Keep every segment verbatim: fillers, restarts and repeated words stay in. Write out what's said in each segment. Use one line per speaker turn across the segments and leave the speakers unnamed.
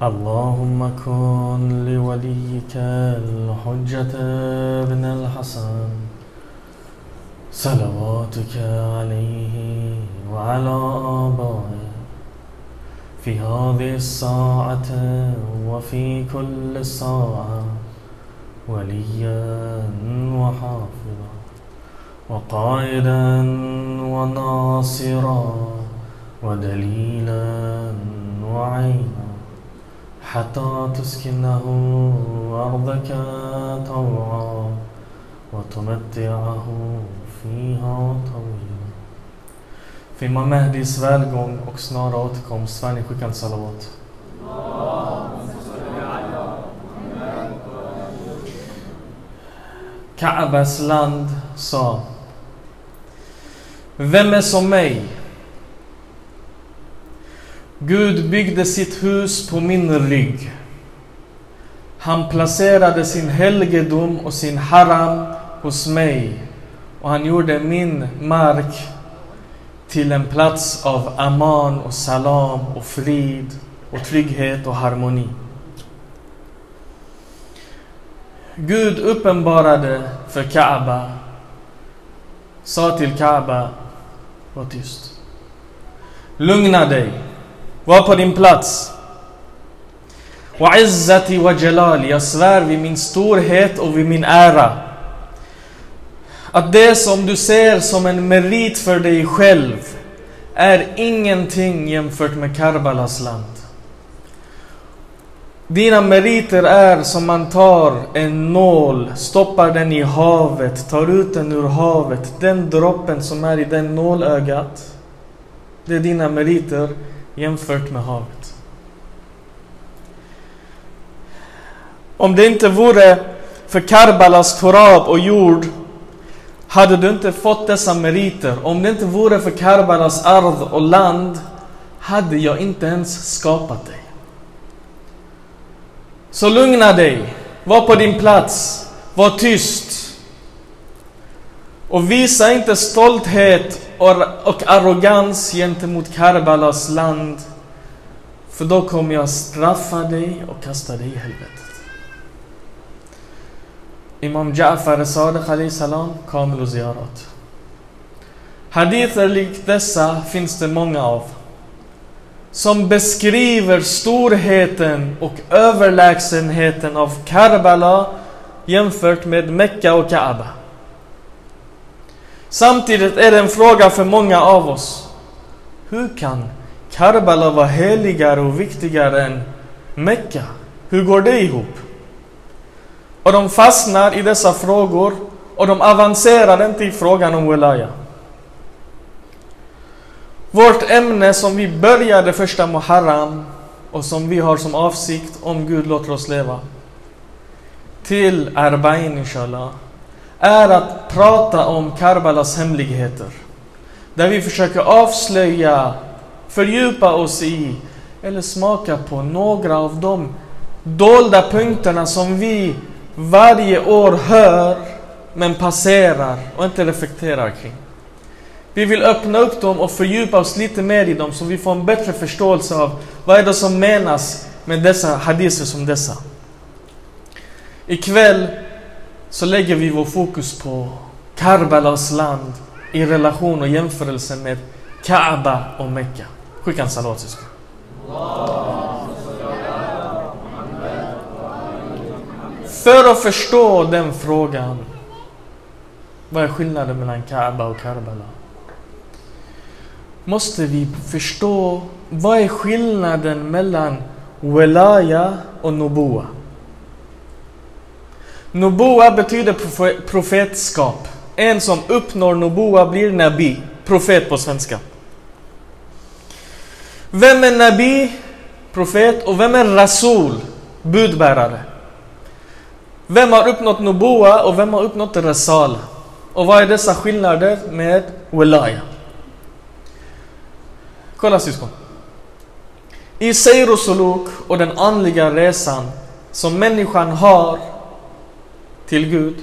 اللهم كن لوليك الحجة ابن الحسن صلواتك عليه وعلى آبائه في هذه الساعة وفي كل ساعة وليا وحافظا وقائدا وناصرا ودليلا وعينا حتى تسكنه أرضك طوعا وتمتعه فيها طويلا. För Imam Mahdis välgång och snara återkomst, Sverige skickar en salawat. Kaabas land sa: vem är som mig? Gud byggde sitt hus på min rygg. Han placerade sin helgedom och sin haram hos mig, och han gjorde min mark till en plats av aman och salam och frid och trygghet och harmoni. Gud uppenbarade för Kaaba, sa till Kaaba: var tyst, lugna dig, var på din plats. Wa izzati wa jalali, jag svär vid min storhet och vid min ära, att det som du ser som en merit för dig själv är ingenting jämfört med Karbalas land. Dina meriter är som man tar en nål, stoppar den i havet, tar ut den ur havet. Den droppen som är i den nålögat, det är dina meriter jämfört med havet. Om det inte vore för Karbalas turab och jord, hade du inte fått dessa meriter. Om det inte vore för Karbalas ard och land, hade jag inte ens skapat dig. Så lugna dig, var på din plats, var tyst. Och visa inte stolthet och arrogans gentemot Karbalas land, för då kommer jag straffa dig och kasta dig i helvetet. Imam Ja'far Sadiq alayhi salam, Kamil och Ziyarat. Hadither likt dessa finns det många av, som beskriver storheten och överlägsenheten av Karbala jämfört med Mekka och Kaaba. Samtidigt är det en fråga för många av oss: hur kan Karbala vara heligare och viktigare än Mekka? Hur går det ihop? Och de fastnar i dessa frågor, och de avancerar inte i frågan om wilaya. Vårt ämne som vi började första Muharram, och som vi har som avsikt, om Gud låter oss leva, till Arba'in inshallah, är att prata om Karbalas hemligheter. Där vi försöker avslöja, fördjupa oss i, eller smaka på några av de dolda punkterna som vi varje år hör men passerar och inte reflekterar kring. Vi vill öppna upp dem och fördjupa oss lite mer i dem, så vi får en bättre förståelse av vad är det som menas med dessa hadiser som dessa. Ikväll så lägger vi vår fokus på Karbalas land i relation och jämförelse med Kaaba och Mekka. Skicka en salat syskon. För att förstå den frågan, vad är skillnaden mellan Kaaba och Karbala, måste vi förstå vad är skillnaden mellan Wilaya och Nubuwa. Nubuwa betyder profetskap. En som uppnår Nubuwa blir Nabi, profet på svenska. Vem är Nabi, profet, och vem är Rasul, budbärare? Vem har uppnått Nubuwa och vem har uppnått Rasala? Och vad är dessa skillnader med Wilaya? Kolla syskon. I Seir och Suluk och den andliga resan som människan har till Gud,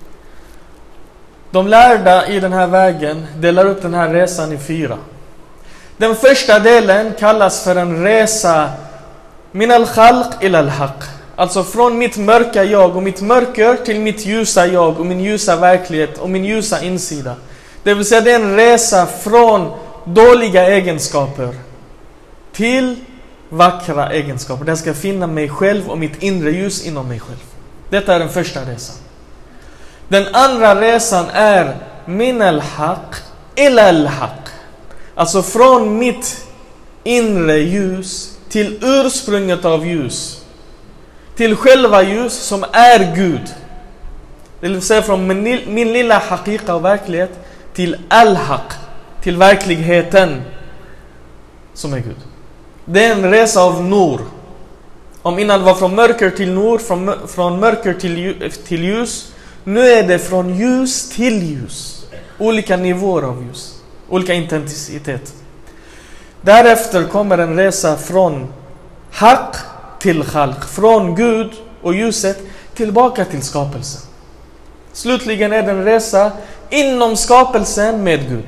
de lärda i den här vägen delar upp den här resan i fyra. Den första delen kallas för en resa Min al-khalq ila al-haq. Alltså från mitt mörka jag och mitt mörker till mitt ljusa jag och min ljusa verklighet och min ljusa insida. Det vill säga det är en resa från dåliga egenskaper till vackra egenskaper. Där jag ska finna mig själv och mitt inre ljus inom mig själv. Detta är den första resan. Den andra resan är min al-haq ila al-haq. Alltså från mitt inre ljus till ursprunget av ljus. Till själva ljus som är Gud. Det vill säga från min, min lilla haqiqa och verklighet till al-haq. Till verkligheten som är Gud. Det är en resa av nur. Om innan det var från mörker till nur, från, från mörker till, till ljus. Nu är det från ljus till ljus. Olika nivåer av ljus. Olika intensitet. Därefter kommer en resa från haq till khalq. Från Gud och ljuset tillbaka till skapelsen. Slutligen är det en resa inom skapelsen med Gud.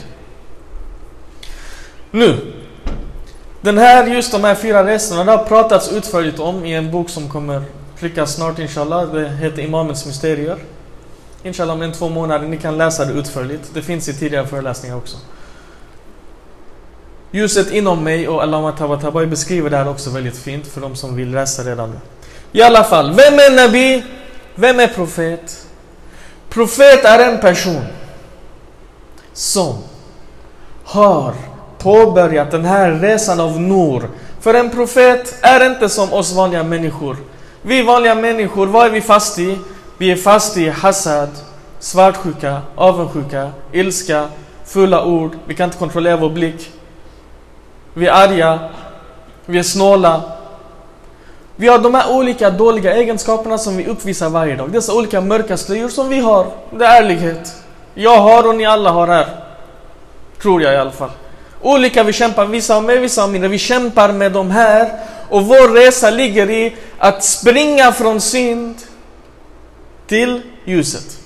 Nu, den här, just de här fyra resorna, det har pratats utförligt om i en bok som kommer tryckas snart inshallah. Det heter Imamens mysterier. Inshallah om en två månader, ni kan läsa det utförligt. Det finns i tidigare föreläsningar också. Ljuset inom mig och Allama Tabatabai beskriver det här också väldigt fint för de som vill läsa redan nu. I alla fall, vem är Nabi? Vem är profet? Profet är en person som har påbörjat den här resan av nur. För en profet är inte som oss vanliga människor. Vi vanliga människor, vad är vi fast i? Vi är fast i hasad, svartsjuka, avundsjuka, ilska, fulla ord. Vi kan inte kontrollera vår blick. Vi är arga. Vi är snåla. Vi har de här olika dåliga egenskaperna som vi uppvisar varje dag. Dessa olika mörka slöjor som vi har. Det är ärlighet. Jag har och ni alla har här. Tror jag i alla fall. Olika vi kämpar, vissa har mer, vissa har mindre. Vi kämpar med de här. Och vår resa ligger i att springa från synd till ljuset.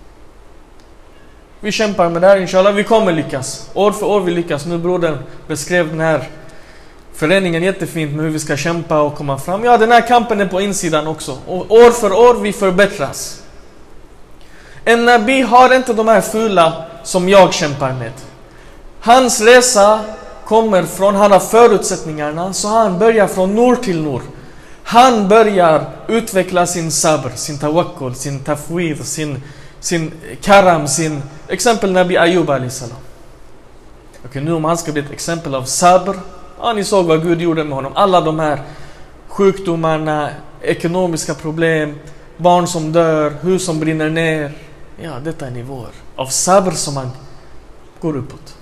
Vi kämpar med det här, inshallah. Vi kommer lyckas. År för år vi lyckas. Nu brodern beskrev den här föreningen jättefint med hur vi ska kämpa och komma fram. Ja, den här kampen är på insidan också. Och år för år vi förbättras. En nabi har inte de här fula som jag kämpar med. Hans resa kommer från, han har förutsättningarna, så han börjar från nur till nur. Han börjar utveckla sin sabr, sin tawakkul, sin tafwid, sin, sin karam, sin exempel Nabi Ayub alayhi salam. Okej, nu om han ska bli ett exempel av sabr, ja, ni såg vad Gud gjorde med honom. Alla de här sjukdomarna, ekonomiska problem, barn som dör, hus som brinner ner. Ja, detta är nivåer av sabr som han går uppåt.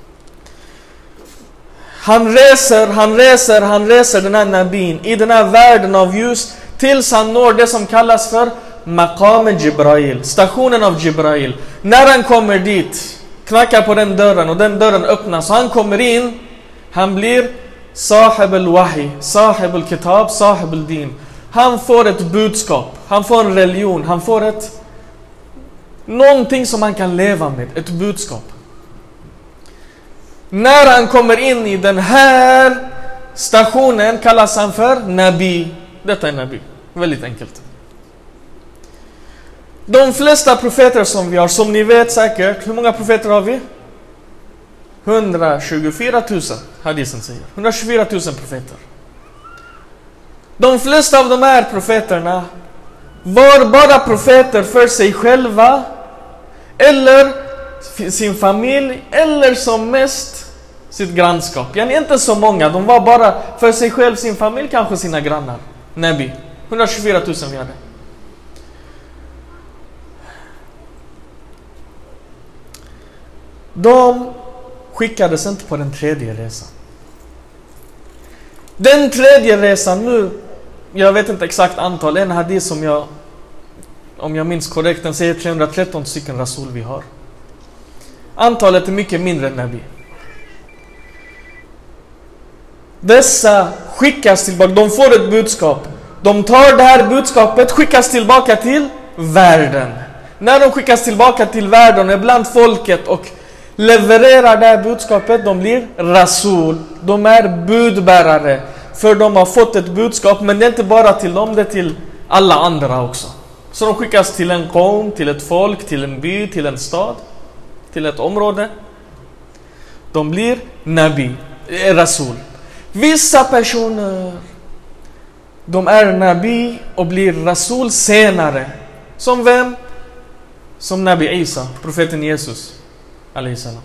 Han reser, han reser, han reser den här nabin i den här världen av ljus tills han når det som kallas för Maqam Jibrail, stationen av Jibrail. När han kommer dit, knackar på den dörren och den dörren öppnas och han kommer in, han blir Sahib al-Wahi, Sahib al-Kitab, Sahib al-Din. Han får ett budskap, han får en religion, han får ett någonting som han kan leva med, ett budskap. När han kommer in i den här stationen kallas han för Nabi. Detta är Nabi. Väldigt enkelt. De flesta profeter som vi har, som ni vet säkert, hur många profeter har vi? hundratjugofyra tusen, hadisen säger. hundratjugofyra tusen profeter. De flesta av de här profeterna var bara profeter för sig själva eller sin familj eller som mest sitt grannskap. Jag är inte så många, de var bara för sig själv, sin familj, kanske sina grannar. Nabi, hundratjugofyra tusen vi hade. De skickades inte på den tredje resan. Den tredje resan nu, jag vet inte exakt antal, en hadith som jag, om jag minns korrekt, den säger trehundratretton stycken rasul vi har. Antalet är mycket mindre än Nabi. Dessa skickas tillbaka, de får ett budskap. De tar det här budskapet, skickas tillbaka till världen. När de skickas tillbaka till världen är bland folket och levererar det här budskapet, de blir rasul. De är budbärare. För de har fått ett budskap, men det är inte bara till dem, det är till alla andra också. Så de skickas till en qom, till ett folk, till en by, till en stad, till ett område. De blir nabi, rasul. Vissa personer, de är nabi och blir rasul senare. Som vem? Som Nabi Isa, profeten Jesus alayhi salam.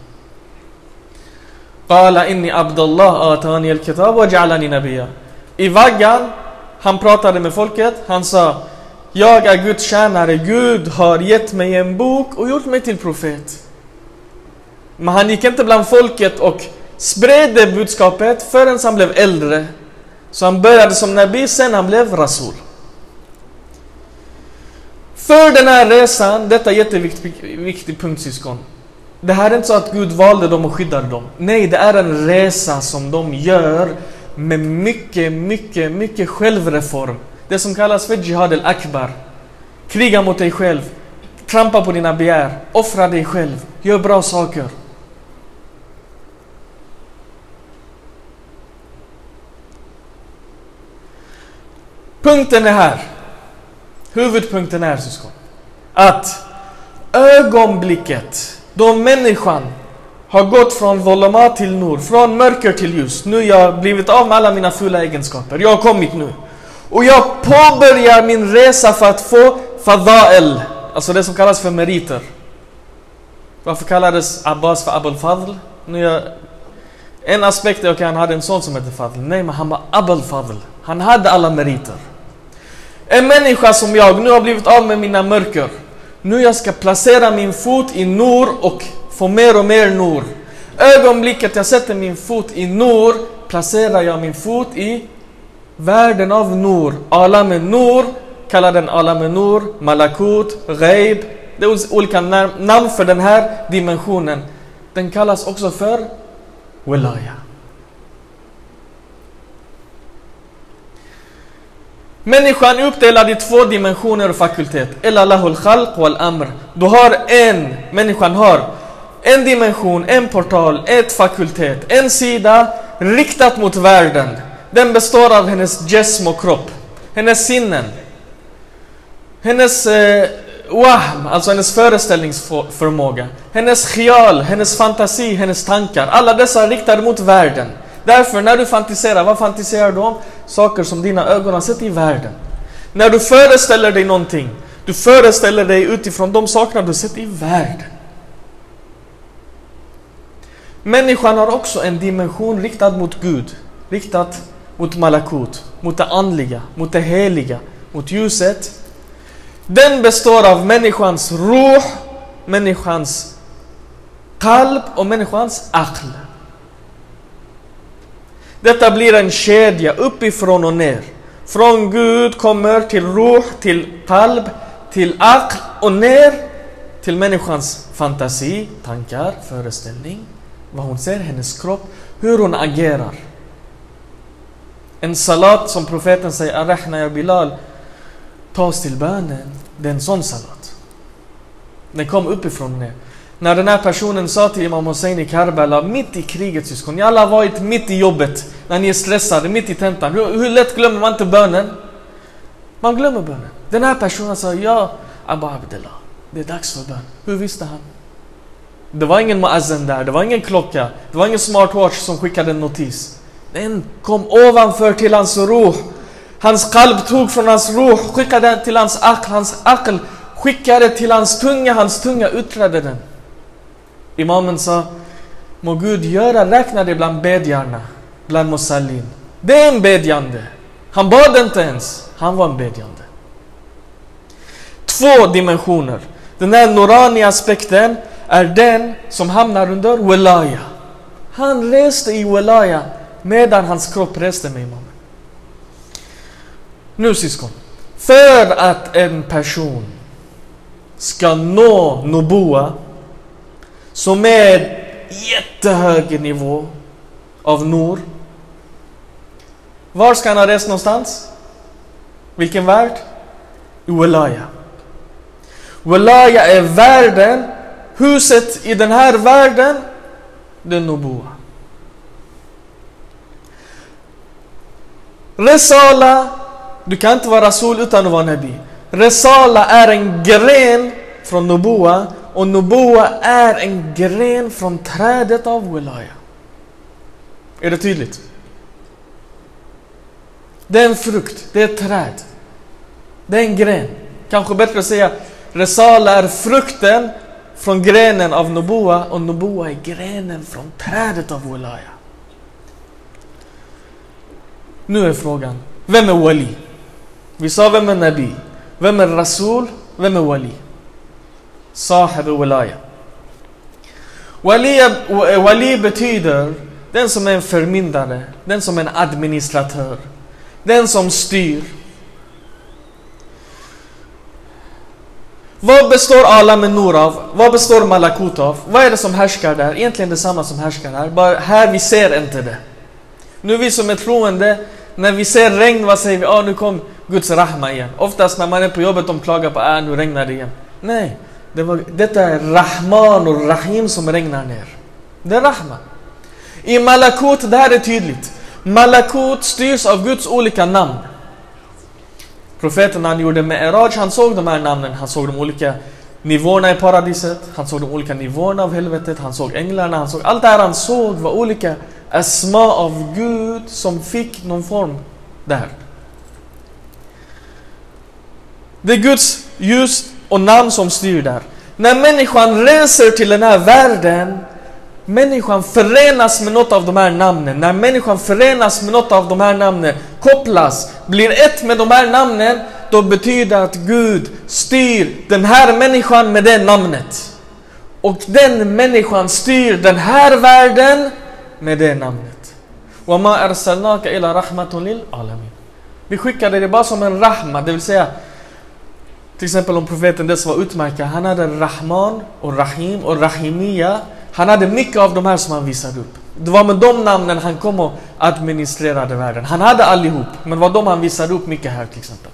Qala inni abdullah atani al-kitab wa ja'alani nabiyya. I vaggan, han pratade med folket, han sa: jag är Guds tjänare, Gud har gett mig en bok och gjort mig till profet. Men han gick inte bland folket och spred det budskapet förrän han blev äldre. Så han började som nabi, sen han blev rasul. För den här resan, detta är jätteviktig viktig punkt, syskon. Det här är inte så att Gud valde dem och skyddade dem. Nej, det är en resa som de gör med mycket, mycket, mycket självreform. Det som kallas för jihad al-akbar. Kriga mot dig själv. Trampa på dina begär. Offra dig själv. Gör bra saker. Punkten är här. Huvudpunkten är, syskon, att ögonblicket då människan har gått från volumat till nur, från mörker till ljus. Nu har jag blivit av med alla mina fulla egenskaper. Jag har kommit nu. Och jag påbörjar min resa för att få fadael, alltså det som kallas för meriter. Varför kallades Abbas för Abul Fadl? Nu jag, en aspekt är att han hade en son som hette Fadl. Nej, men han var Abul Fadl. Han hade alla meriter. En människa som jag nu har blivit av med mina mörker. Nu jag ska placera min fot i nur och få mer och mer nur. Ögonblicket jag sätter min fot i nur, placerar jag min fot i världen av nur. Alam nur, kallar den alam nur, malakut, ghaib. Det är olika namn för den här dimensionen. Den kallas också för wilaya. Människan är uppdelad i två dimensioner och fakultet. Ella lahul khalq wal amr. Du har en, människan har en dimension, en portal, ett fakultet, en sida riktat mot världen. Den består av hennes jism och kropp, hennes sinnen, hennes eh, wahm, alltså hennes föreställningsförmåga, hennes khial, hennes fantasi, hennes tankar. Alla dessa är riktade mot världen. Därför när du fantiserar, vad fantiserar du om? Saker som dina ögon har sett i världen. När du föreställer dig någonting, du föreställer dig utifrån de sakerna du har sett i världen. Människan har också en dimension riktad mot Gud, riktad mot malakut, mot det andliga, mot det heliga, mot ljuset. Den består av människans ruh, människans qalb och människans aql. Detta blir en kedja uppifrån och ner. Från Gud kommer till ruh, till qalb, till aql och ner till människans fantasi, tankar, föreställning, vad hon ser, hennes kropp, hur hon agerar. En salat som profeten säger, Arrahna ya Bilal, ta oss till bönen. Det är en sån salat. Den kom uppifrån och ner. När den här personen sa till Imam Hussein i Karbala, mitt i kriget, syskon, ni alla har varit mitt i jobbet, när ni är stressade, mitt i tentan. Hur, hur lätt glömmer man inte bönen? Man glömmer bönen. Den här personen sa, ja, Abu Abdullah, det är dags för bön. Hur visste han? Det var ingen muazzin där, det var ingen klocka, det var ingen smartwatch som skickade en notis. Den kom ovanför till hans ruh. Hans qalb tog från hans ruh, skickade den till hans aql, hans aql skickade till hans tunga, hans tunga utträdde den. Imamen sa, må Gud göra, räkna det bland bedjarna, bland musallin. Det är en bedjande. Han bad inte ens, han var en bedjande. Två dimensioner. Den här Norani aspekten är den som hamnar under wilaya. Han reste i wilaya medan hans kropp reste med imamen. Nu syskon, för att en person ska nå nubuwa, som är jättehög nivå av nur, var ska han ha rest någonstans? Vilken värld? I wilaya. Wilaya är världen, huset i den här världen, det är nubuwa. Resala, du kan inte vara rasul utan att vara nabi. Resala är en gren från nubuwa, och nubuwa är en gren från trädet av wilaya. Är det tydligt? Det är en frukt, det är ett träd. Det är en gren. Kanske bättre att säga resala är frukten från grenen av nubuwa, och nubuwa är grenen från trädet av wilaya. Nu är frågan, vem är wali? Vi sa vem är nabi. Vem är rasul? Vem är wali? Sahib wilaya. Wali, wali betyder den som är en förmyndare, den som är en administratör, den som styr. Vad består Alam Nur av? Vad består Malakut av? Vad är det som härskar där? Egentligen detsamma som härskar här. Bara här vi ser inte det. Nu vi som är troende, när vi ser regn, vad säger vi? Ah, nu kom Guds rahma igen. Oftast när man är på jobbet, de klagar på ah, nu regnar det igen. Nej, det var, detta är Rahman och Rahim som regnar ner. Det är rahma. I Malakut, det här är tydligt. Malakut styrs av Guds olika namn. Profeten, han gjorde Mi'raj, han såg de här namnen. Han såg de olika nivåerna i paradiset. Han såg de olika nivåerna av helvetet. Han såg änglarna. Han såg allt det här han såg var olika asma av Gud som fick någon form där. Det är Guds ljus och namn som styr där. När människan reser till den här världen, människan förenas med något av de här namnen. När människan förenas med något av de här namnen, kopplas, blir ett med de här namnen, då betyder att Gud styr den här människan med det namnet. Och den människan styr den här världen med det namnet. وَمَا أَرْسَلْنَاكَ إِلَى رَحْمَةٌ لِلْعَالَمِينَ. Vi skickade det bara som en rahma, det vill säga till exempel om profeten dess var utmärka, han hade Rahman och Rahim och Rahimiya. Han hade mycket av de här som han visade upp. Det var med de namnen han kom och administrerade världen. Han hade allihop, men var de han visade upp mycket här till exempel.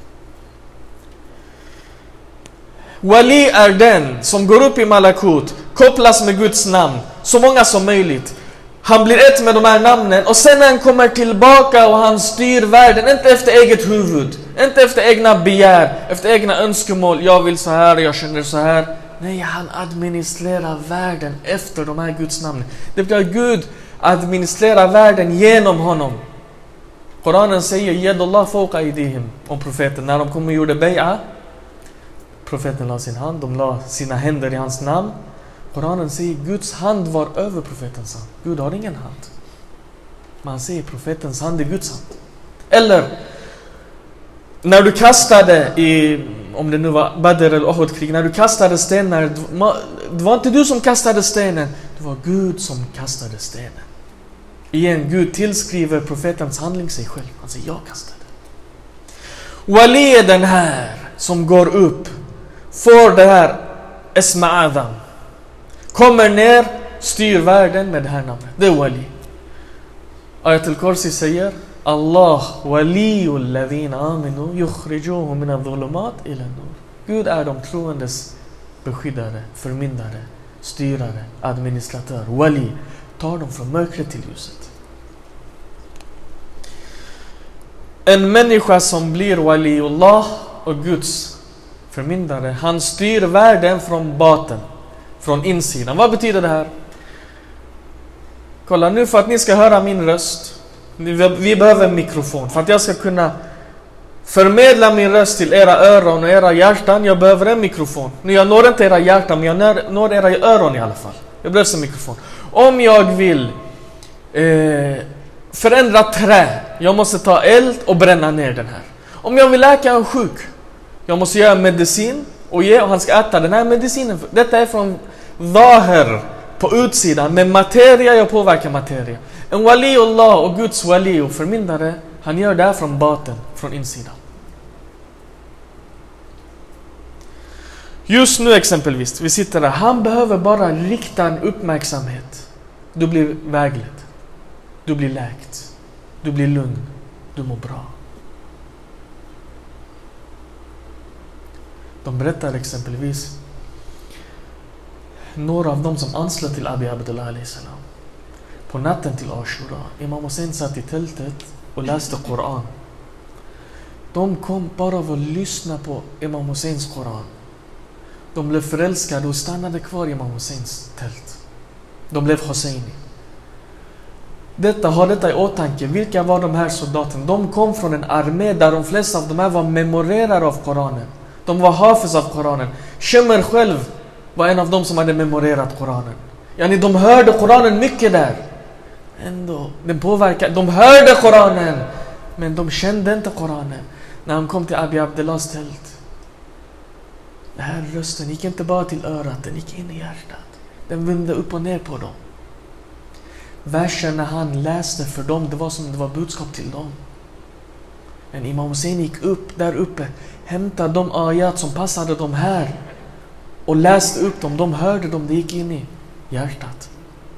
Wali är den som går upp i Malakut, kopplas med Guds namn, så många som möjligt. Han blir ett med de här namnen, och sen när han kommer tillbaka och han styr världen, inte efter eget huvud, inte efter egna begär, efter egna önskemål, jag vill så här, jag känner så här. Nej, han administrerar världen efter de här Guds namnen. Det betyder att Gud administrerar världen genom honom. Koranen säger Yadullah fawqa aydihim om profeten. När de kom och gjorde bay'a, profeten la sin hand, de la sina händer i hans namn. Koranen säger Guds hand var över profetens hand. Gud har ingen hand. Man säger profetens hand är Guds hand. Eller när du kastade i, om det nu var Badr eller Uhud-krig, när du kastade stenar, det var inte du som kastade stenen, det var Gud som kastade stenen. Igen, Gud tillskriver profetens handling sig själv. Han säger, jag kastade. Wali är den här som går upp, får det här Esma Adam, kommer ner, styr världen med det här namnet. Det är wali. Ayat al-Kursi säger Allah waliyul ladhina aminu yukhrijuhum min adh-dhulumat ila an-nur. Gud är de troendes beskyddare, förmyndare, styrare, administratör. Wali tar dem från mörkret till ljuset. En människa som blir waliullah och Guds förmyndare, han styr världen från baten, från insidan. Vad betyder det här? Kolla, nu för att ni ska höra min röst, vi behöver en mikrofon. För att jag ska kunna förmedla min röst till era öron och era hjärtan, jag behöver en mikrofon. Nu jag når inte era hjärtan, men jag når era öron i alla fall. Jag behöver en mikrofon. Om jag vill eh, förändra trä, jag måste ta eld och bränna ner den här. Om jag vill läka en sjuk, jag måste göra medicin och ge, och han ska äta den här medicinen. Detta är från zahir, på utsidan, med materia, jag påverkar materia. En waliullah och Guds wali och förmyndare, han gör det här från baten, från insidan. Just nu exempelvis, vi sitter där, han behöver bara rikta en uppmärksamhet. Du blir vägledd, du blir läkt, du blir lugn, du mår bra. De berättar exempelvis några av dem som anslöt till Abi Abdullah alayhi salam. På natten till Ashura, Imam Hussein satt i tältet och läste Koran. De kom bara av att lyssna på Imam Husseins Koran. De blev förälskade och stannade kvar i Imam Husseins tält. De blev Husseini. Detta har detta i åtanke. Vilka var de här soldaterna? De kom från en armé där de flesta av de här var memorerare av Koranen. De var hafiz av Koranen. Shemr själv var en av dem som hade memorerat Koranen. Yani de hörde Koranen mycket där. Ändå, den påverkade. De hörde Koranen, men de kände inte Koranen. När han kom till Abi Abdellahs tält, den här rösten gick inte bara till örat, den gick in i hjärtat. Den vände upp och ner på dem. Versen när han läste för dem, det var som det var budskap till dem. Men Imam Hussein gick upp där uppe, hämtade de ayat som passade dem här och läste upp dem. De hörde dem, det gick in i hjärtat.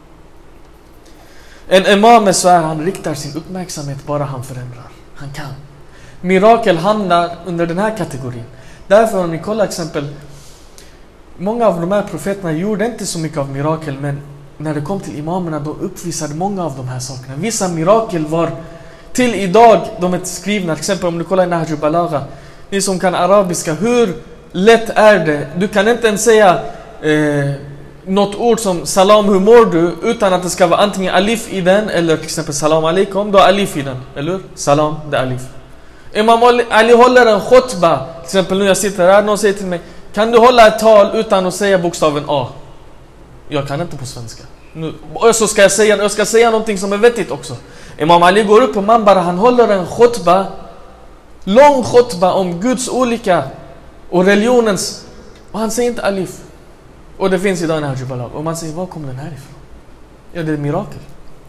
En imam är så här, han riktar sin uppmärksamhet bara han förändrar. Han kan. Mirakel hamnar under den här kategorin. Därför om ni kollar exempel, många av de här profeterna gjorde inte så mycket av mirakel, men när det kom till imamerna, då uppvisade många av de här sakerna. Vissa mirakel var till idag, de är skrivna. Till exempel om du kollar i Nahj al-Balagha, ni som kan arabiska, hur lätt är det? Du kan inte ens säga eh, något ord som salam, hur mår du? Utan att det ska vara antingen alif i den, eller till exempel salam alaikum, då är alif i den, eller salam, det är alif. Imam Ali håller en khutba, till exempel nu jag sitter här, någon säger till mig, kan du hålla ett tal utan att säga bokstaven A? Jag kan inte på svenska. Nu, och så ska jag säga, jag ska säga någonting som är vettigt också. Imam Ali går upp på manbara, han håller en khutba, lång khutba om Guds olika och religionens, och han säger inte alif. Och det finns idag en Nahj al-Balagha. Och man säger, var kommer den här ifrån? Ja, det är ett mirakel.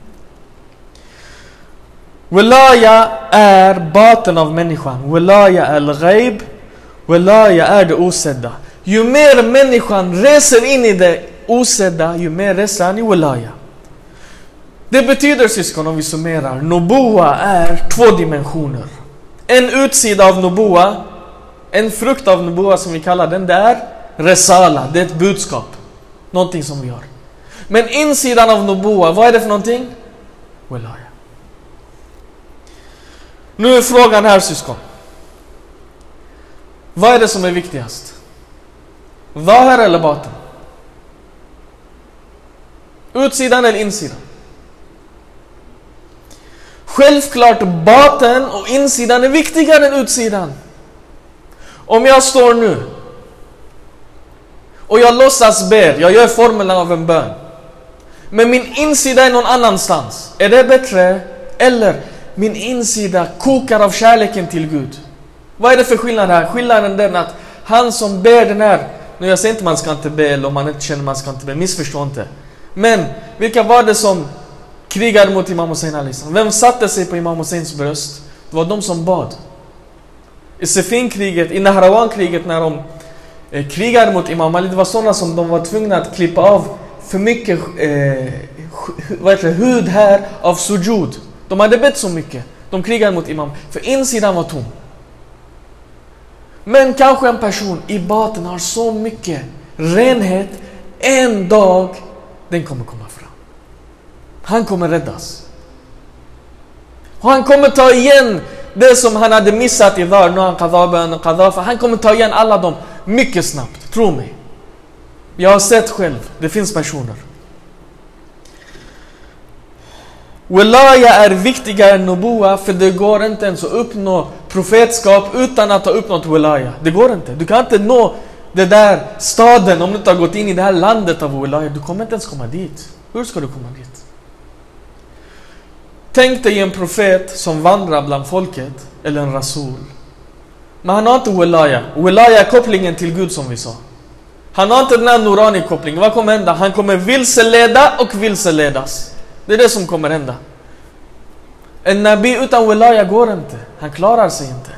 Wilaya är baten av människan. Wilaya är al-ghaib. Wilaya är det osedda. Ju mer människan reser in i det osedda, ju mer reser han i wilaya. Det betyder, syskon, om vi summerar, Nubuwa är två dimensioner. En utsida av Nubuwa, en frukt av Nubuwa som vi kallar den, det är Resala, det är ett budskap. Någonting som vi har. Men insidan av Nubuwa, vad är det för någonting? Wilaya. Nu är frågan här, syskon. Vad är det som är viktigast? Zahir eller baten? Utsidan eller insidan? Självklart baten och insidan är viktigare än utsidan. Om jag står nu och jag låtsas ber, jag gör formeln av en bön, men min insida är någon annanstans, är det bättre? Eller min insida kokar av kärleken till Gud? Vad är det för skillnad här? Skillnaden är den att han som ber den här, nu jag säger inte man ska inte be, eller om man inte känner man ska inte be, missförstå inte. Men vilka var det som krigade mot Imam Hussein alaihissalam? Vem satte sig på Imam Husseins bröst? Det var de som bad. I Siffin-kriget, i Nahrawan-kriget, när de eh, krigade mot Imam Ali, det var sådana som de var tvungna att klippa av för mycket eh, vad heter det, hud här av sujud. De hade bett så mycket. De krigade mot Imam, för insidan var tom. Men kanske en person i baten har så mycket renhet, en dag den kommer komma fram. Han kommer räddas. Och han kommer ta igen det som han hade missat i var, nu han qadhaban och qadhafa. Han kommer ta igen alla dem mycket snabbt, tro mig. Jag har sett själv, det finns personer. Wilaya är viktigare än Nubuwa, för det går inte ens att uppnå profetskap utan att ha uppnått wilaya. Det går inte. Du kan inte nå det där staden om du inte har gått in i det här landet av wilaya. Du kommer inte ens komma dit. Hur ska du komma dit? Tänk dig en profet som vandrar bland folket, eller en rasul. Men han har inte wilaya. Wilaya är kopplingen till Gud, som vi sa. Han har inte den här Nurani-kopplingen. Vad kommer hända? Han kommer vilseleda och vilseledas. Det är det som kommer hända. En nabi utan wilaya går inte. Han klarar sig inte.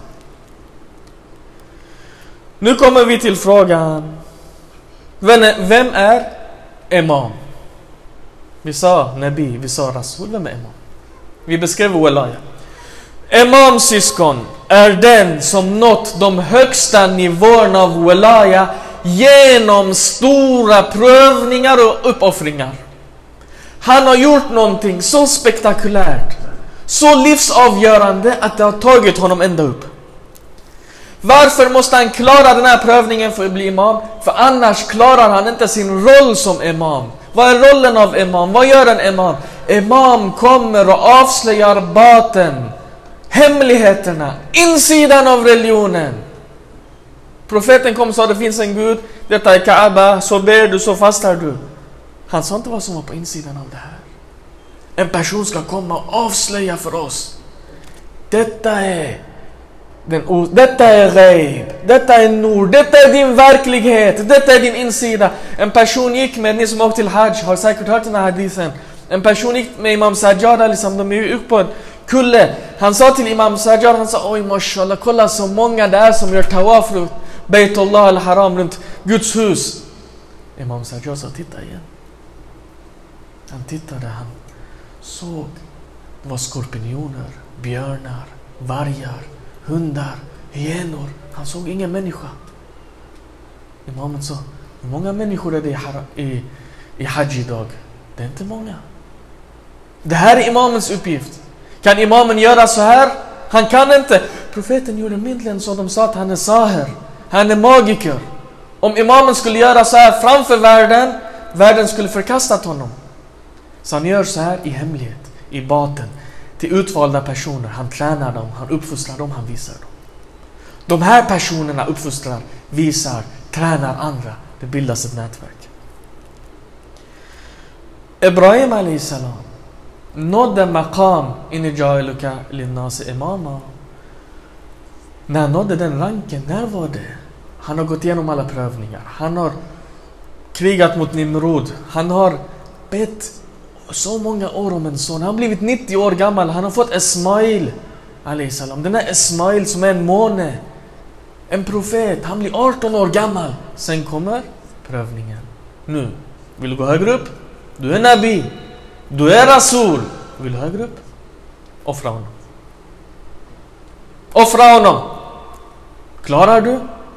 Nu kommer vi till frågan. Vem är, vem är imam? Vi sa nabi, vi sa rasul. Vem är imam? Vi beskrev wilaya. Imam, syskon, är den som nått de högsta nivåerna av wilaya genom stora prövningar och uppoffringar. Han har gjort någonting så spektakulärt, Så livsavgörande att det har tagit honom ända upp. Varför måste han klara den här prövningen för att bli imam? För annars klarar han inte sin roll som imam. Vad är rollen av imam? Vad gör en imam? Imam kommer och avslöjar baten, hemligheterna, insidan av religionen. Profeten kom och sa, det finns en Gud, detta är Kaaba, så ber du, så fastar du. Han sa inte vad som var på insidan av det här. En person ska komma och avslöja för oss. Detta är den, detta är ghaib, detta är nur, detta är din verklighet, detta är din insida. En person gick med, ni som åkt till Hajj har säkert hört den här hadithen. En person gick med Imam Sajjad, liksom, de är upp på en kulle. Han sa till Imam Sajjad, han sa, oj mashallah, kolla så många där som gör tawaf runt Baytullah al-Haram, runt Guds hus. Imam Sajjad sa, titta igen. Han tittade, han såg, det var skorpioner, björnar, vargar, hundar, hyenor. Han såg ingen människa. Imamen sa, hur många människor är det i, i, i Hajj idag? Det är inte många. Det här är imamens uppgift. Kan imamen göra så här? Han kan inte. Profeten gjorde midlen så de sa att han är sahir. Han är magiker. Om imamen skulle göra så här framför världen, världen skulle förkastat honom. Så han gör så här i hemlighet, i baten, till utvalda personer. Han tränar dem, han uppfostrar dem, han visar dem. De här personerna uppfostrar, visar, tränar andra. Det bildas ett nätverk. Ibrahim alayhi salam nådde maqam inni ja'iluka linnasi imama. När han nådde den ranken, när var det? Han har gått igenom alla prövningar. Han har krigat mot Nimrod. Han har bett så många år om en son. Han har blivit nittio år gammal. Han har fått Ismail alayhi salam. Den här Ismail som är en måne, en profet. Han blir arton år gammal. Sen kommer prövningen. Nu, vill du gå högre upp? Du är nabi. Du är rasul. Vill du högre upp? Offra honom. Offra honom. Klarar du?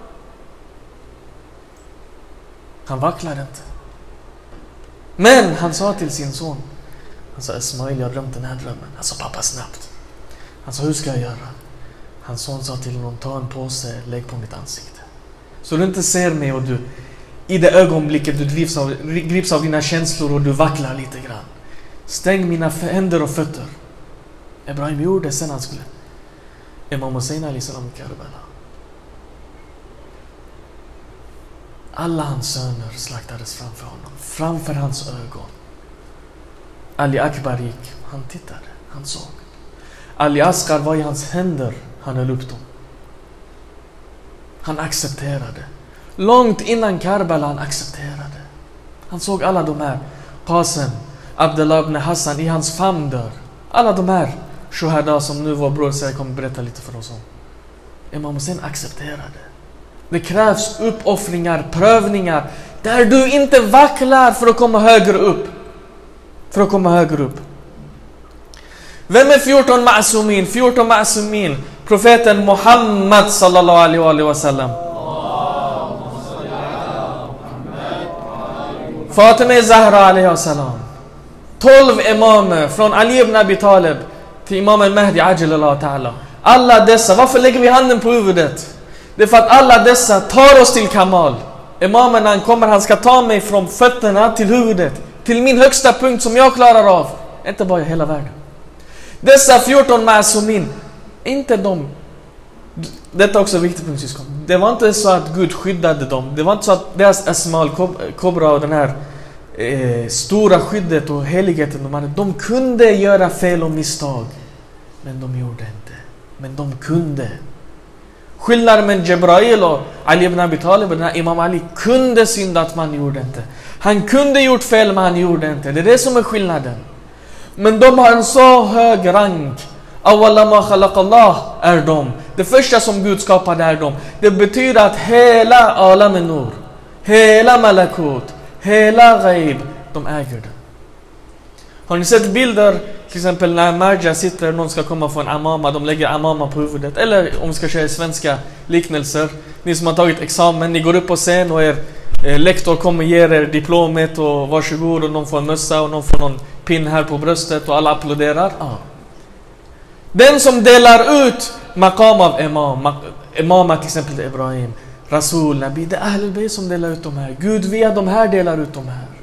Han vacklade inte. Men han sa till sin son, han sa, Ismail, jag har drömt den här drömmen. Han sa, pappa, snabbt. Han sa, hur ska jag göra? Hans son sa till honom, ta en påse, lägg på mitt ansikte. Så du inte ser mig och du, i det ögonblicket du grips av, grips av dina känslor och du vacklar lite grann. Stäng mina händer och fötter. Ibrahim gjorde det sen han skulle. Imam Hussein alayhi salam Karbala. Alla hans söner slaktades framför honom. Framför hans ögon. Ali Akbar gick. Han tittade. Han såg. Ali Asghar var i hans händer. Han höll upp dem. Han accepterade. Långt innan Karbala han accepterade. Han såg alla de här. Qasim, Abdullah ibn Hassan i hans famn dör. Alla de här shuhada som nu vår bror säger kommer berätta lite för oss om. Imam Hussein accepterade. Det krävs uppoffringar, prövningar, där du inte vacklar för att komma högre upp. För att komma högre upp. Vem är fjorton ma'sumin? fjorton ma'sumin. Profeten Muhammad sallallahu alaihi wa sallam. Fatima Zahra alaihi wa sallam. tolv imamer från Ali ibn Abi Talib till Imam al-Mahdi ajalallahu ta'ala. Alla dessa, varför lägger vi handen på huvudet? Det är för att alla dessa tar oss till kamal. Imamen när han kommer, han ska ta mig från fötterna till huvudet, till min högsta punkt som jag klarar av. Inte bara i hela världen. Dessa fjorton ma'sumin, inte de. Detta är också en viktig punkt, syskon. Det var inte så att Gud skyddade dem. Det var inte så att deras Asmal Kobra och den här eh, stora skyddet och heligheten de hade, de kunde göra fel och misstag. Men de gjorde inte. Men de kunde. Skillnaden med Jibrail och Ali ibn Abi Talib och den här Imam Ali kunde synda att man gjorde inte. Han kunde gjort fel men han gjorde inte. Det är det som är skillnaden. Men de har en så hög rank. Awwala ma khalaqa Allah är de. Det första som Gud skapade är de. Det betyder att hela alam nur, hela malakut, hela ghaib, de äger det. Har ni sett bilder till exempel när Marja sitter, någon ska komma från amama, de lägger amama på huvudet, eller om vi ska köra svenska liknelser, ni som har tagit examen, ni går upp på scen och er eh, lektor kommer ge er diplomet och varsågod, och någon får en mössa och någon får någon pin här på bröstet och alla applåderar. Ah. Den som delar ut maqam av imam, imam till exempel Ibrahim, Rasul, Nabi, det är Ahl al-Bayt som delar ut de här. Gud via de här delar ut de här.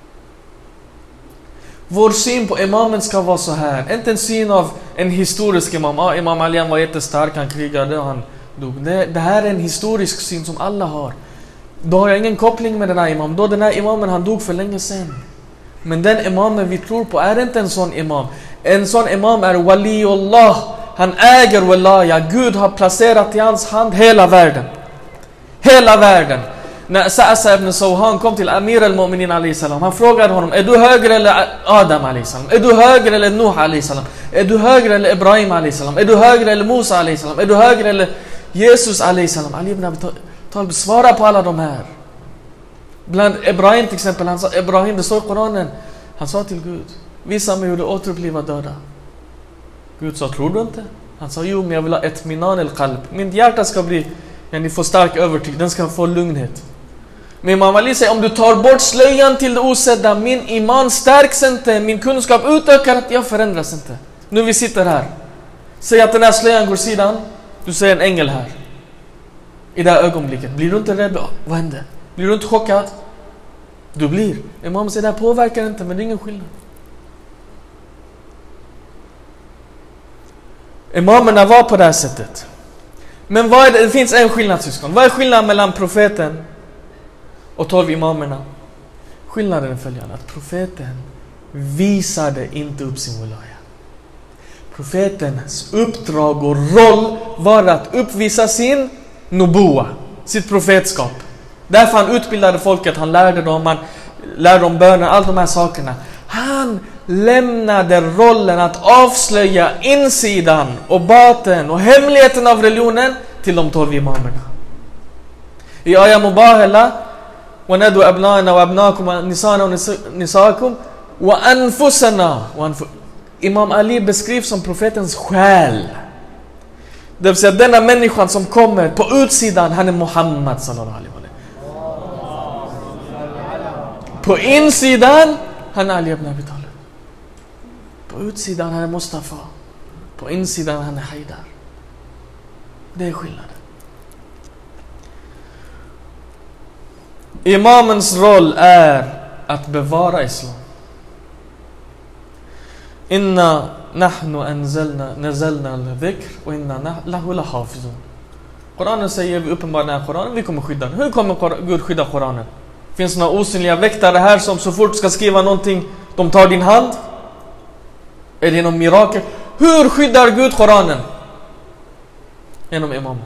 Vår syn på imamen ska vara så här. Inte en syn av en historisk imam. Ah, imam Ali var jättestark, han krigade och han dog. Det, det här är en historisk syn som alla har. Då har jag ingen koppling med den här imam. Då den här imamen, han dog för länge sedan. Men den imamen vi tror på är inte en sån imam. En sån imam är waliullah. Han äger walaya. Gud har placerat i hans hand hela världen. Hela världen. När Sa'asa ibn Sawhan kom till Amir al-Mu'minin alayhi salam, han frågade honom: är du högre eller Adam alayhi salam? Är du högre eller Nuh alayhi salam? Är du högre eller Ibrahim alayhi salam? Är du högre eller Musa alayhi salam? Är du högre eller Jesus alayhi salam? Ali ibn Abi Talib svarar på alla de här. Bland Ibrahim till exempel, han sa, Ibrahim, det står i Koranen, han sa till Gud: visa mig hur du återupplivar döda. Gud sa: tror du inte? Han sa: jo, men jag vill ha ett minan al-qalb. Min hjärta ska bli, ja, ni får stark övertygelse, den ska få lugnhet. Men Imam Ali säger: om du tar bort slöjan till det osedda, min iman stärks inte, min kunskap utökar, att jag förändras inte. Nu vi sitter här, säg att den här slöjan går sidan, du ser en ängel här. I det här ögonblicket, blir du inte rädd? Vad hände? Blir du inte chockad? Du blir. Imam säger: det här påverkar inte, men det är ingen skillnad. Imamerna var på det här sättet. Men vad är det? Det finns en skillnad, syskon. Vad är skillnaden mellan profeten och tolv imamerna? Skillnaden är följande: att profeten visade inte upp sin wilaya. Profetens uppdrag och roll var att uppvisa sin nubuwa, sitt profetskap. Därför han utbildade folket, han lärde dem, han lärde dem böner, alla de här sakerna. Han lämnade rollen att avslöja insidan och baten och hemligheten av religionen till de tolv imamerna. I ayah mubahala: wa nadu abnana wa abnakum wa nisana wa nisakum wa anfusana. Imam Ali beskrivs som profetens själ. Det vill säga denna människan som kommer på utsidan, han är Muhammad sallallahu alaihi wasallam. På insidan, han är Ali ibn Abi Talib. På utsidan, han är Mustafa. På insidan, han är Haidar. Det är skillnaden. Imamens roll är att bevara islam. Inna nahnu anzalna nazalna al-dhikr och inna lahu lahafizun. Koranen säger vi uppenbarligen, Koranen, vi kommer skydda den. Hur kommer Gud skydda Koranen? Finns det några osynliga väktare här som så fort ska skriva någonting, de tar din hand? Är det någon mirakel? Hur skyddar Gud Koranen? Genom imamen.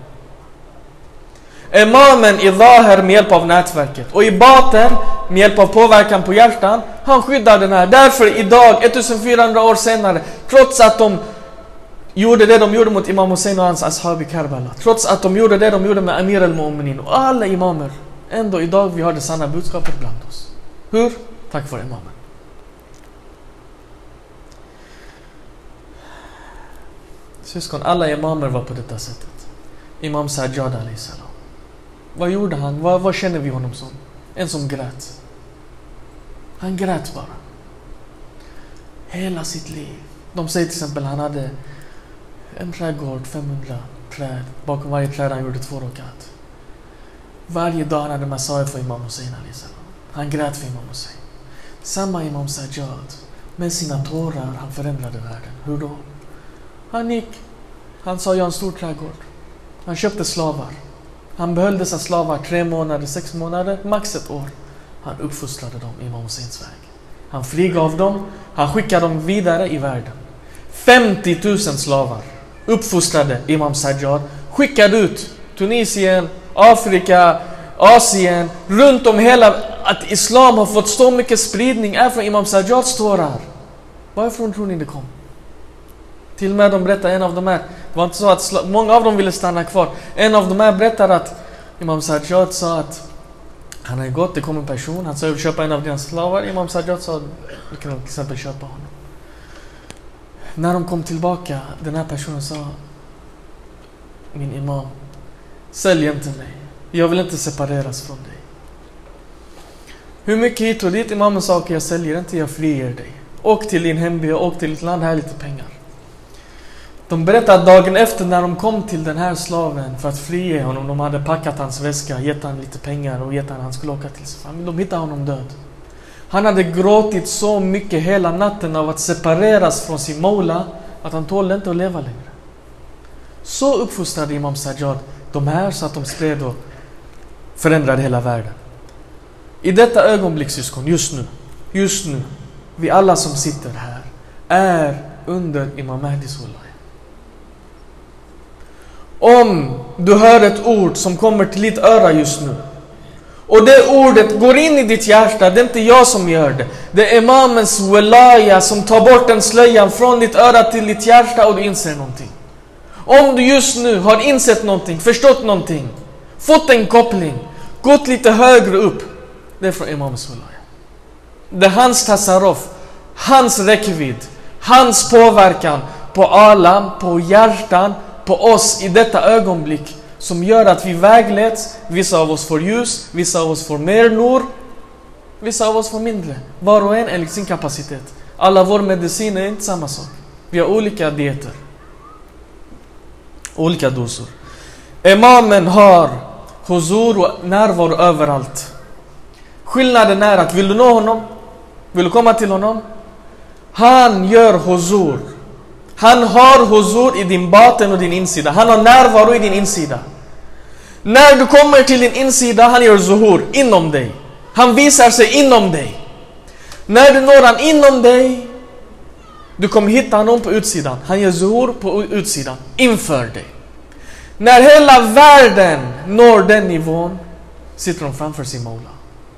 Imamen i zahir med hjälp av nätverket, och i baten med hjälp av påverkan på hjärtan. Han skyddar den här. Därför idag, fjortonhundra år senare, trots att de gjorde det de gjorde mot Imam Hussein och hans ashab i Karbala, trots att de gjorde det de gjorde med Amir al-Mu'minin och alla imamer, ändå idag vi har det sanna budskapet bland oss. Hur? Tack vare imamen. Syskon, alla imamer var på detta sättet. Imam Sajjad alayhi salam. Vad gjorde han? Vad, vad känner vi honom som? En som grät. Han grät bara. Hela sitt liv. De säger till exempel han hade en trädgård, femhundra träd. Bakom varje träd han gjorde två rakat. Varje dag han hade massage för Imam Hussein alayhi salam. Han grät för Imam Hussein. Samma Imam Sajjad. Med sina tårar han förändrade världen. Hur då? Han gick. Han sa: jag har en stor trädgård. Han köpte slavar. Han behöll dessa slavar tre månader, sex månader, max ett år. Han uppfostrade dem i Imam Husseins väg. Han frigav dem. Han skickade dem vidare i världen. femtio tusen slavar uppfostrade Imam Sajjad. Skickade ut Tunisien, Afrika, Asien, runt om hela. Att islam har fått så mycket spridning är från Imam Sajjads tårar. Varifrån tror ni det kom? Till och med de berättar, en av de här, det var inte så att sla- många av dem ville stanna kvar. En av de här berättar att Imam Sajjad sa att han hade gått, det kom en person, han sa: jag vill köpa en av dina slavar. Imam Sajjad sa: du kan till exempel köpa honom. När de kom tillbaka, den här personen sa: min imam, sälj inte mig. Jag vill inte separeras från dig. Hur mycket hit och dit? Imamen sa: jag säljer inte, jag friger dig. Åk till din hemby, åk till ditt land, här är lite pengar. De berättar att dagen efter när de kom till den här slaven för att frige honom, de hade packat hans väska, gett han lite pengar och gett han han skulle åka till sin familj. De hittade honom död. Han hade gråtit så mycket hela natten av att separeras från sin mola att han tålde inte att leva längre. Så uppfostrade Imam Sajjad de här så att de spred och förändrade hela världen. I detta ögonblick, syskon, just nu, just nu, vi alla som sitter här är under Imam Mahdis wilaya. Om du hör ett ord som kommer till ditt öra just nu och det ordet går in i ditt hjärta, det är inte jag som gör det. Det är imamens wilaya som tar bort den slöjan från ditt öra till ditt hjärta och du inser någonting. Om du just nu har insett någonting, förstått någonting, fått en koppling, gått lite högre upp, det är från imamens wilaya. Det är hans tasarruf, hans räckvidd, hans påverkan på alam, på hjärtan, på oss i detta ögonblick som gör att vi vägleds. Vissa av oss får ljus, vissa av oss får mer nur, vissa av oss får mindre. Var och en enligt sin kapacitet. Alla vår medicin är inte samma sak. Vi har olika dieter, olika doser. Imamen har huzur och närvaro överallt. Skillnaden är att vill du nå honom, vill du komma till honom, han gör huzur. Han har huzur i din baten och din insida. Han har närvaro i din insida. När du kommer till din insida, han gör zuhur inom dig. Han visar sig inom dig. När du når han inom dig, du kommer hitta honom på utsidan. Han gör zuhur på utsidan, inför dig. När hela världen når den nivån, sitter de framför sin mola.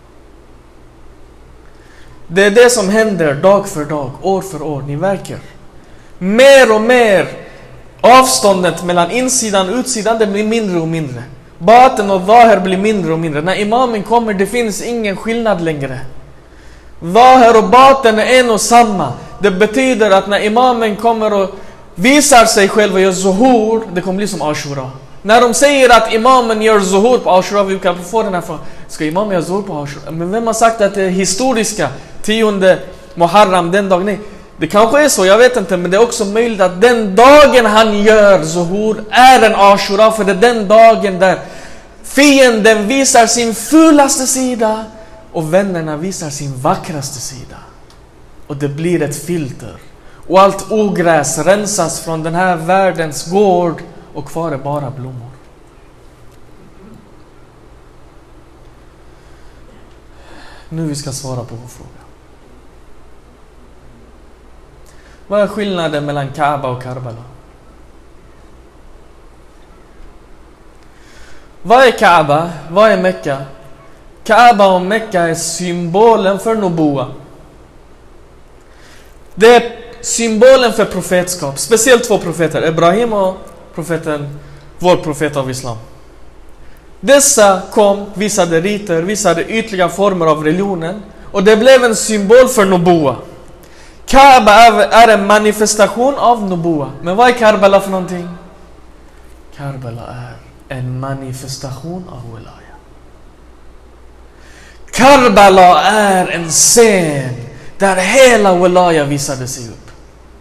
Det är det som händer dag för dag, år för år. Ni verkar. Mer och mer avståndet mellan insidan och utsidan, det blir mindre och mindre. Baten och zahir blir mindre och mindre. När imamen kommer, det finns ingen skillnad längre. Zahir och baten är en och samma. Det betyder att när imamen kommer och visar sig själv och gör zuhur, det kommer bli som Ashura. När de säger att imamen gör zuhur på Ashura, vi kan få den här frågan. Ska imamen göra zuhur på Ashura? Men vem har sagt att det är historiska tionde Muharram den dagen? Nej. Det kanske är så, jag vet inte, men det är också möjligt att den dagen han gör zuhur är en Ashura, för det är den dagen där fienden visar sin fulaste sida och vännerna visar sin vackraste sida. Och det blir ett filter. Och allt ogräs rensas från den här världens gård och kvar är bara blommor. Nu vi ska svara på vår fråga. Vad är skillnaden mellan Kaaba och Karbala? Vad är Kaaba? Vad är Mekka? Kaaba och Mekka är symbolen för Nubuwa. Det är symbolen för profetskap. Speciellt två profeter, Ibrahim och profeten, vår profet av islam. Dessa kom, visade riter, visade ytliga former av religionen. Och det blev en symbol för Nubuwa. Kaaba är en manifestation av Nubuwa. Men vad är Karbala för någonting? Karbala är en manifestation av wilaya. Karbala är en scen där hela wilaya visade sig upp.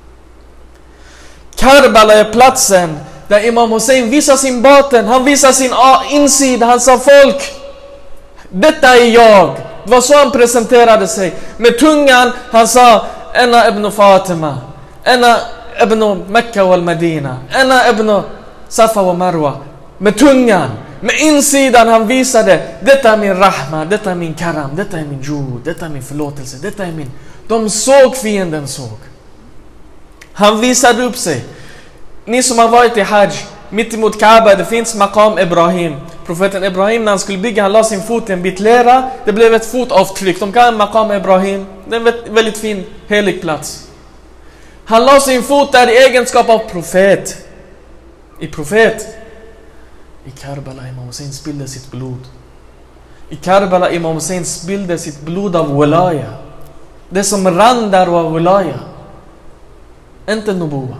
Karbala är platsen där Imam Hussein visar sin baten. Han visar sin insida. Han sa folk, detta är jag. Det var så han presenterade sig. Med tungan han sa, Ena ibn Fatima, Ena ibn Mekka wal Medina, Ena ibn Safa wa Marwa. Med tungan, med insidan han visade, detta är min rahma, detta är min karam, detta är min jud, detta är min förlåtelse, detta är min... De såg, fienden såg. Han visade upp sig. Ni som har varit i Hajj, mitt emot Kaaba, det finns maqam Ibrahim. Profeten Ibrahim, när han skulle bygga, han la sin fot i en bit lera. Det blev ett fotavtryck. De kallar maqam Ibrahim. Det är en väldigt fin, helig plats. Han la sin fot där i egenskap av profet. I profet. I Karbala, Imam Hussein spillde sitt blod. I Karbala, Imam Hussein spillde sitt blod av wilaya. Det som rann där var wilaya. Inte Nubuwa.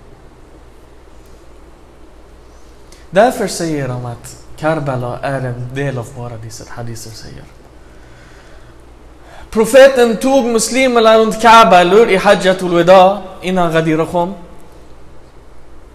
Därför säger de att Karbala är en del av paradiset, hadiser säger. Profeten tog muslimerna runt Kaaba, eller i Hajjatul Wada, innan Ghadir kom.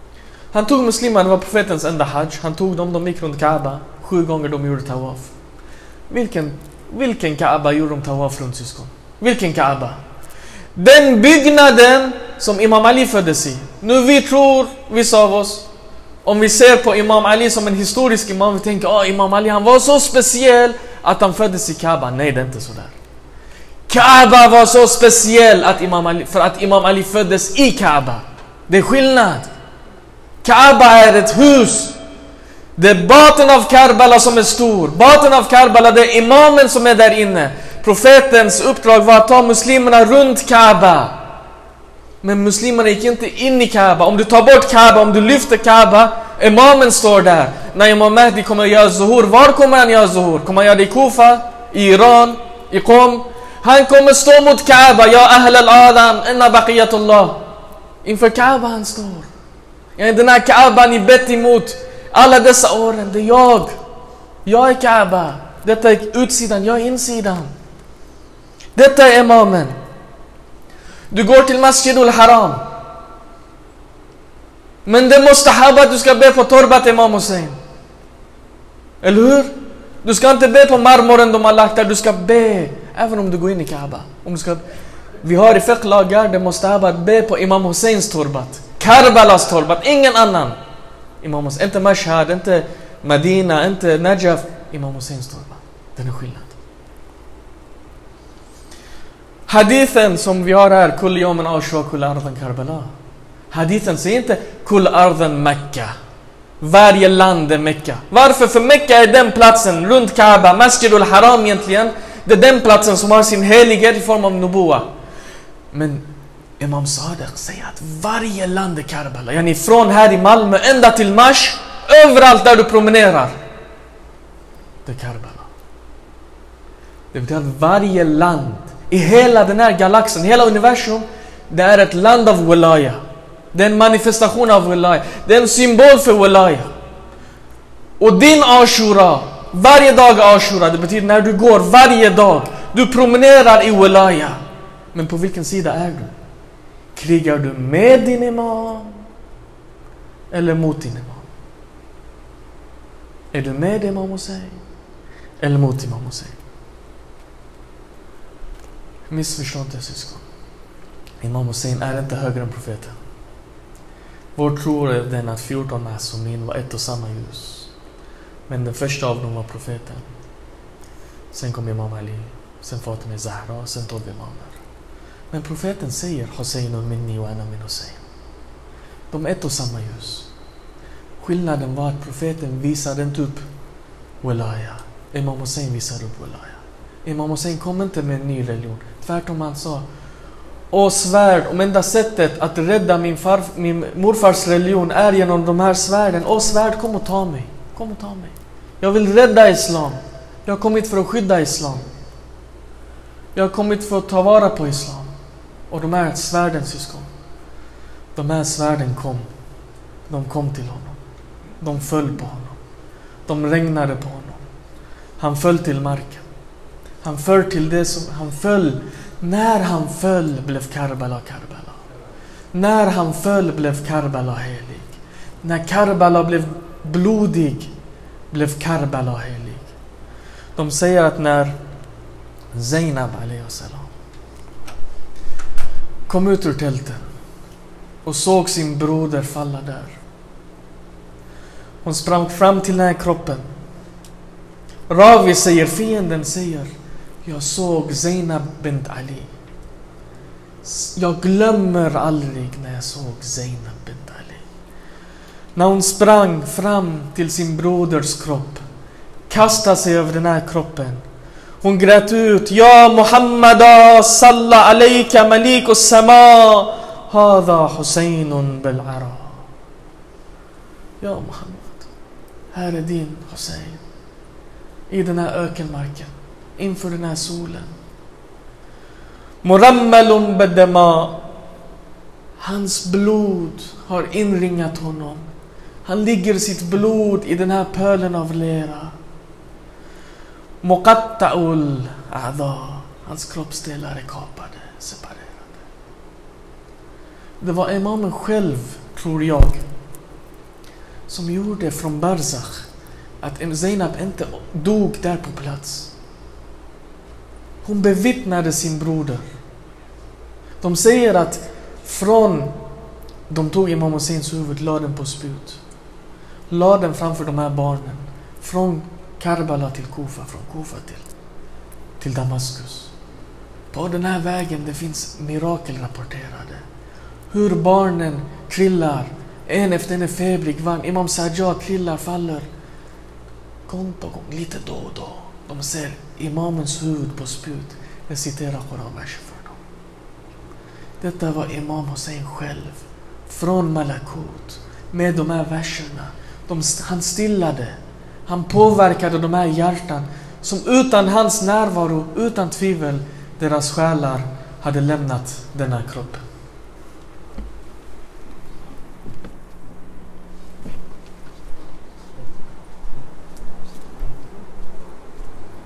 Han tog muslimerna, det var profetens enda hajj. Han tog dem, de gick runt Kaaba. Sju gånger de gjorde tawaf. Vilken, vilken Kaaba gjorde de tawaf runt, syskon? Vilken Kaaba? Den byggnaden som Imam Ali föddes i. Nu vi tror, vissa av oss, om vi ser på Imam Ali som en historisk imam, vi tänker, ah, Imam Ali, han var så speciell att han föddes i Kaaba. Nej, det är inte så där. Kaaba var så speciell att Imam Ali, för att Imam Ali föddes i Kaaba. Det är skillnad. Kaaba är ett hus. Det är baten av Karbala som är stor. Baten av Karbala, det är imamen som är där inne. Profetens uppdrag var att ta muslimerna runt Kaaba. Men muslimerna gick inte in i Kaaba. Om du tar bort Kaaba, om du lyfter Kaaba, imamen står där. När Imam Mahdi kommer att göra zuhur, var kommer han göra zuhur? Kommer han göra det i Kufa, i Iran, i Qom? Han kommer stå mot Kaaba. Ja, ahl al-adam, inna baqiyatullah. Inför Kaaba han står. Ja, den här Kaaba ni bett emot alla dessa åren, det är jag. Jag är Kaaba. Detta är utsidan, jag är insidan. Detta är imamen. Du går till Masjid al-Haram. Men det måste ha att du ska be på torbat Imam Hussein. Eller hur? Du ska inte be på marmoren de har lagt där. Du ska be även om du går in i Kaaba. Om du ska, vi har i fiqh-lagar, det måste ha att be på Imam Husseins torbat. Karbalas torbat, ingen annan. Imam Hussein, inte Mashhad, inte Medina, inte Najaf. Imam Husseins torbat. Den är skillnad. Hadithen som vi har här, kull yawmin ashura kull ardan Karbala. Hadithen säger inte kull ardan Mekka. Varje land är Mekka. Varför? För Mekka är den platsen runt Kaaba, Masjid al-Haram egentligen. Det är den platsen som har sin helighet i form av nubuwa. Men Imam Sadiq säger att varje land är Karbala. Yani från här i Malmö ända till Mars, överallt där du promenerar, det är Karbala. Det betyder att varje land i hela den här galaxen, hela universum, det är ett land av wilaya. Det är en manifestation av wilaya. Det är en symbol för wilaya. Och din Ashura, varje dag Ashura, det betyder när du går varje dag, du promenerar i wilaya. Men på vilken sida är du? Krigar du med din imam eller mot din imam? Är du med Imam Hussein eller mot Imam Hussein? Missförstå inte, syskon. Imam Hussein är inte högre än profeten. Vår tro är den att fjorton Masumin var ett och samma ljus. Men den första av dem var profeten. Sen kom Imam Ali, sen Fatima Zahra, sen tolv imamer. Men profeten säger Hussein minni wa ana min Hussein. De är ett och samma ljus. Skillnaden var att profeten visade inte upp wilaya. Imam Hussein visade upp wilaya. Imam Hussein kom inte med en ny religion. Tvärtom, han sa: Åh svärd, om enda sättet att rädda min, far, min morfars religion är genom de här svärden. Åh svärd, kom och ta mig. Kom och ta mig. Jag vill rädda islam. Jag har kommit för att skydda islam. Jag har kommit för att ta vara på islam. Och de här svärden, syskon, de här svärden kom. De kom till honom. De föll på honom. De regnade på honom. Han föll till marken. Han föll till det som han föll. När han föll blev Karbala Karbala. När han föll blev Karbala helig. När Karbala blev blodig blev Karbala helig. De säger att när Zainab alayhi salam kom ut ur tältet och såg sin broder falla där, hon sprang fram till den här kroppen. Ravi säger, fienden säger, jag såg Zainab bint Ali. Jag glömmer aldrig när jag såg Zainab bint Ali. När hon sprang fram till sin broders kropp, kastade sig över den här kroppen. Hon grät ut: Ja Muhammada salla alayka maliku sama hadha Husaynun bil ara. Ja Muhammad, här är din Hussein i den här ökenmarken inför den här solen. Murammalun badama, hans blod har inringat honom. Han ligger sitt blod i den här pölen av lera. Muqatta'ul a'dha, hans kroppsdelar är kapade, separerade. Det var imamen själv, tror jag, som gjorde från Barzakh att Zainab inte dog där på plats. Hon bevittnade sin broder. De säger att från de tog Imam Husseins huvud, la den på spjut, la den framför de här barnen, från Karbala till Kufa, från Kufa till, till Damaskus. På den här vägen det finns mirakel rapporterade. Hur barnen trillar, en efter en är febrig vann. Imam Sajjad trillar, faller. Gång på gång, lite då och då. De ser imamens huvud på spjut. Jag citerar Koranversen för dem. Detta var Imam Hussein själv, från Malakut, med de här verserna. De, han stillade, han påverkade de här hjärtan som utan hans närvaro, utan tvivel, deras själar hade lämnat denna kropp.